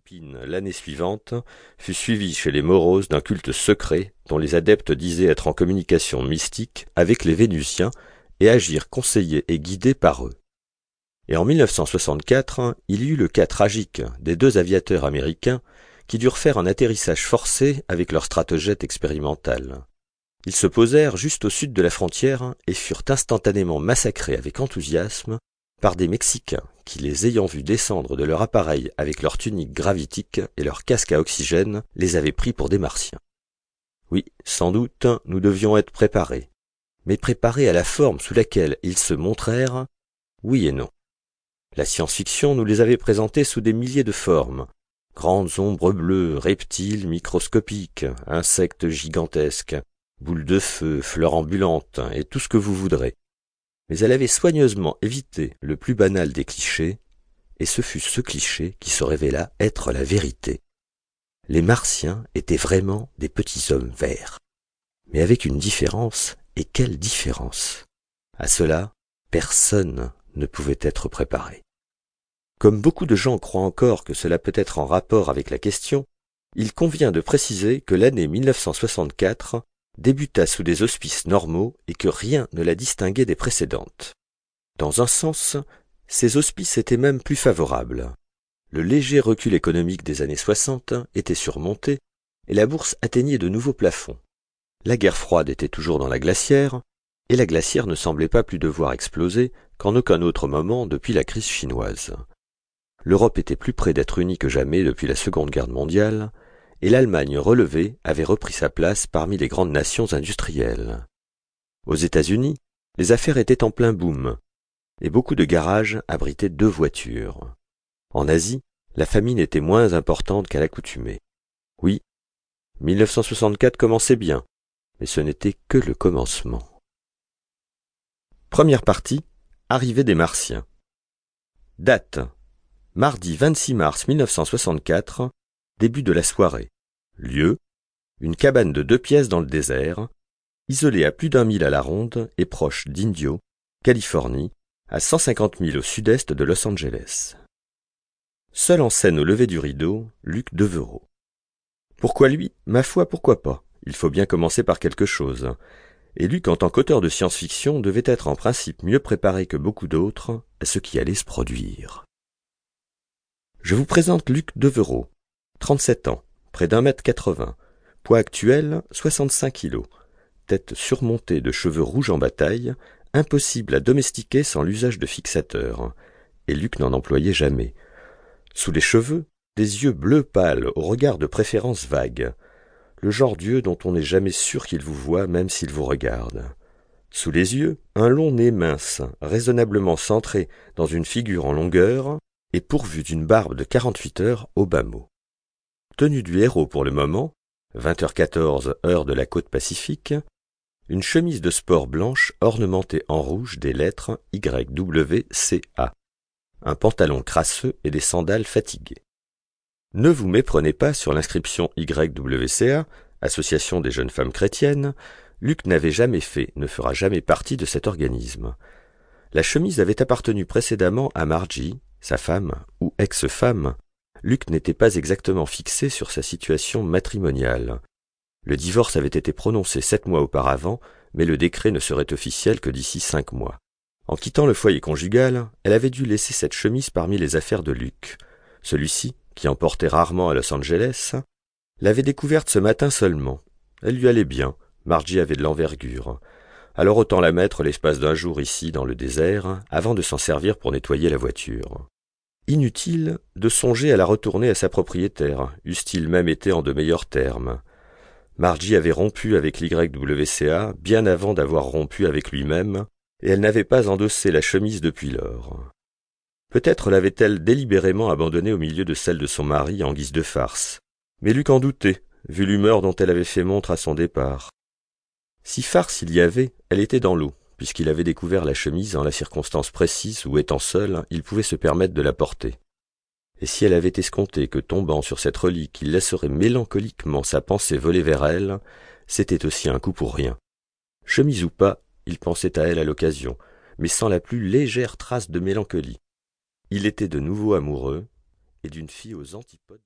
Philippines l'année suivante fut suivi chez les Moros d'un culte secret dont les adeptes disaient être en communication mystique avec les Vénusiens et agir conseillés et guidés par eux. Et en 1964, il y eut le cas tragique des deux aviateurs américains qui durent faire un atterrissage forcé avec leur stratojet expérimental. Ils se posèrent juste au sud de la frontière et furent instantanément massacrés avec enthousiasme par des Mexicains qui, les ayant vus descendre de leur appareil avec leur tunique gravitique et leur casque à oxygène, les avaient pris pour des Martiens. Oui, sans doute, nous devions être préparés. Mais préparés à la forme sous laquelle ils se montrèrent, oui et non. La science-fiction nous les avait présentés sous des milliers de formes. Grandes ombres bleues, reptiles microscopiques, insectes gigantesques, boules de feu, fleurs ambulantes, et tout ce que vous voudrez. Mais elle avait soigneusement évité le plus banal des clichés, et ce fut ce cliché qui se révéla être la vérité. Les Martiens étaient vraiment des petits hommes verts. Mais avec une différence, et quelle différence! À cela, personne ne pouvait être préparé. Comme beaucoup de gens croient encore que cela peut être en rapport avec la question, il convient de préciser que l'année 1964 débuta sous des auspices normaux et que rien ne la distinguait des précédentes. Dans un sens, ces auspices étaient même plus favorables. Le léger recul économique des années 60 était surmonté et la bourse atteignait de nouveaux plafonds. La guerre froide était toujours dans la glacière et la glacière ne semblait pas plus devoir exploser qu'en aucun autre moment depuis la crise chinoise. L'Europe était plus près d'être unie que jamais depuis la Seconde Guerre mondiale, et l'Allemagne relevée avait repris sa place parmi les grandes nations industrielles. Aux États-Unis, les affaires étaient en plein boom, et beaucoup de garages abritaient 2 voitures. En Asie, la famine était moins importante qu'à l'accoutumée. Oui, 1964 commençait bien, mais ce n'était que le commencement. Première partie, arrivée des Martiens. Date: mardi 26 mars 1964, début de la soirée. Lieu: une cabane de 2 pièces dans le désert, isolée à plus d'1 mille à la ronde et proche d'Indio, Californie, à 150 milles au sud-est de Los Angeles. Seul en scène au lever du rideau, Luc Devereaux. Pourquoi lui? Ma foi, pourquoi pas? Il faut bien commencer par quelque chose. Et Luc, en tant qu'auteur de science-fiction, devait être en principe mieux préparé que beaucoup d'autres à ce qui allait se produire. Je vous présente Luc Devereaux, 37 ans, près d'1,80 m, poids actuel 65 kg, tête surmontée de cheveux rouges en bataille, impossible à domestiquer sans l'usage de fixateurs, et Luc n'en employait jamais. Sous les cheveux, des yeux bleu pâle au regard de préférence vague, le genre d'yeux dont on n'est jamais sûr qu'il vous voit même s'il vous regarde. Sous les yeux, un long nez mince, raisonnablement centré dans une figure en longueur, et pourvu d'une barbe de 48 heures au bas mot. Tenue du héros pour le moment, 20h14 heure de la côte Pacifique, une chemise de sport blanche ornementée en rouge des lettres YWCA, un pantalon crasseux et des sandales fatiguées. Ne vous méprenez pas sur l'inscription YWCA, Association des jeunes femmes chrétiennes, Luc n'avait jamais fait, ne fera jamais partie de cet organisme. La chemise avait appartenu précédemment à Margie, sa femme ou ex-femme. Luc n'était pas exactement fixé sur sa situation matrimoniale. Le divorce avait été prononcé 7 mois auparavant, mais le décret ne serait officiel que d'ici 5 mois. En quittant le foyer conjugal, elle avait dû laisser cette chemise parmi les affaires de Luc. Celui-ci, qui en portait rarement à Los Angeles, l'avait découverte ce matin seulement. Elle lui allait bien, Margie avait de l'envergure. Alors autant la mettre l'espace d'un jour ici dans le désert, avant de s'en servir pour nettoyer la voiture. Inutile de songer à la retourner à sa propriétaire, eussent-ils même été en de meilleurs termes. Margie avait rompu avec l'YWCA bien avant d'avoir rompu avec lui-même, et elle n'avait pas endossé la chemise depuis lors. Peut-être l'avait-elle délibérément abandonnée au milieu de celle de son mari en guise de farce, mais Luc en doutait, vu l'humeur dont elle avait fait montre à son départ. Si farce il y avait, elle était dans l'eau, puisqu'il avait découvert la chemise en la circonstance précise où, étant seul, il pouvait se permettre de la porter. Et si elle avait escompté que, tombant sur cette relique, il laisserait mélancoliquement sa pensée voler vers elle, c'était aussi un coup pour rien. Chemise ou pas, il pensait à elle à l'occasion, mais sans la plus légère trace de mélancolie. Il était de nouveau amoureux, et d'une fille aux antipodes.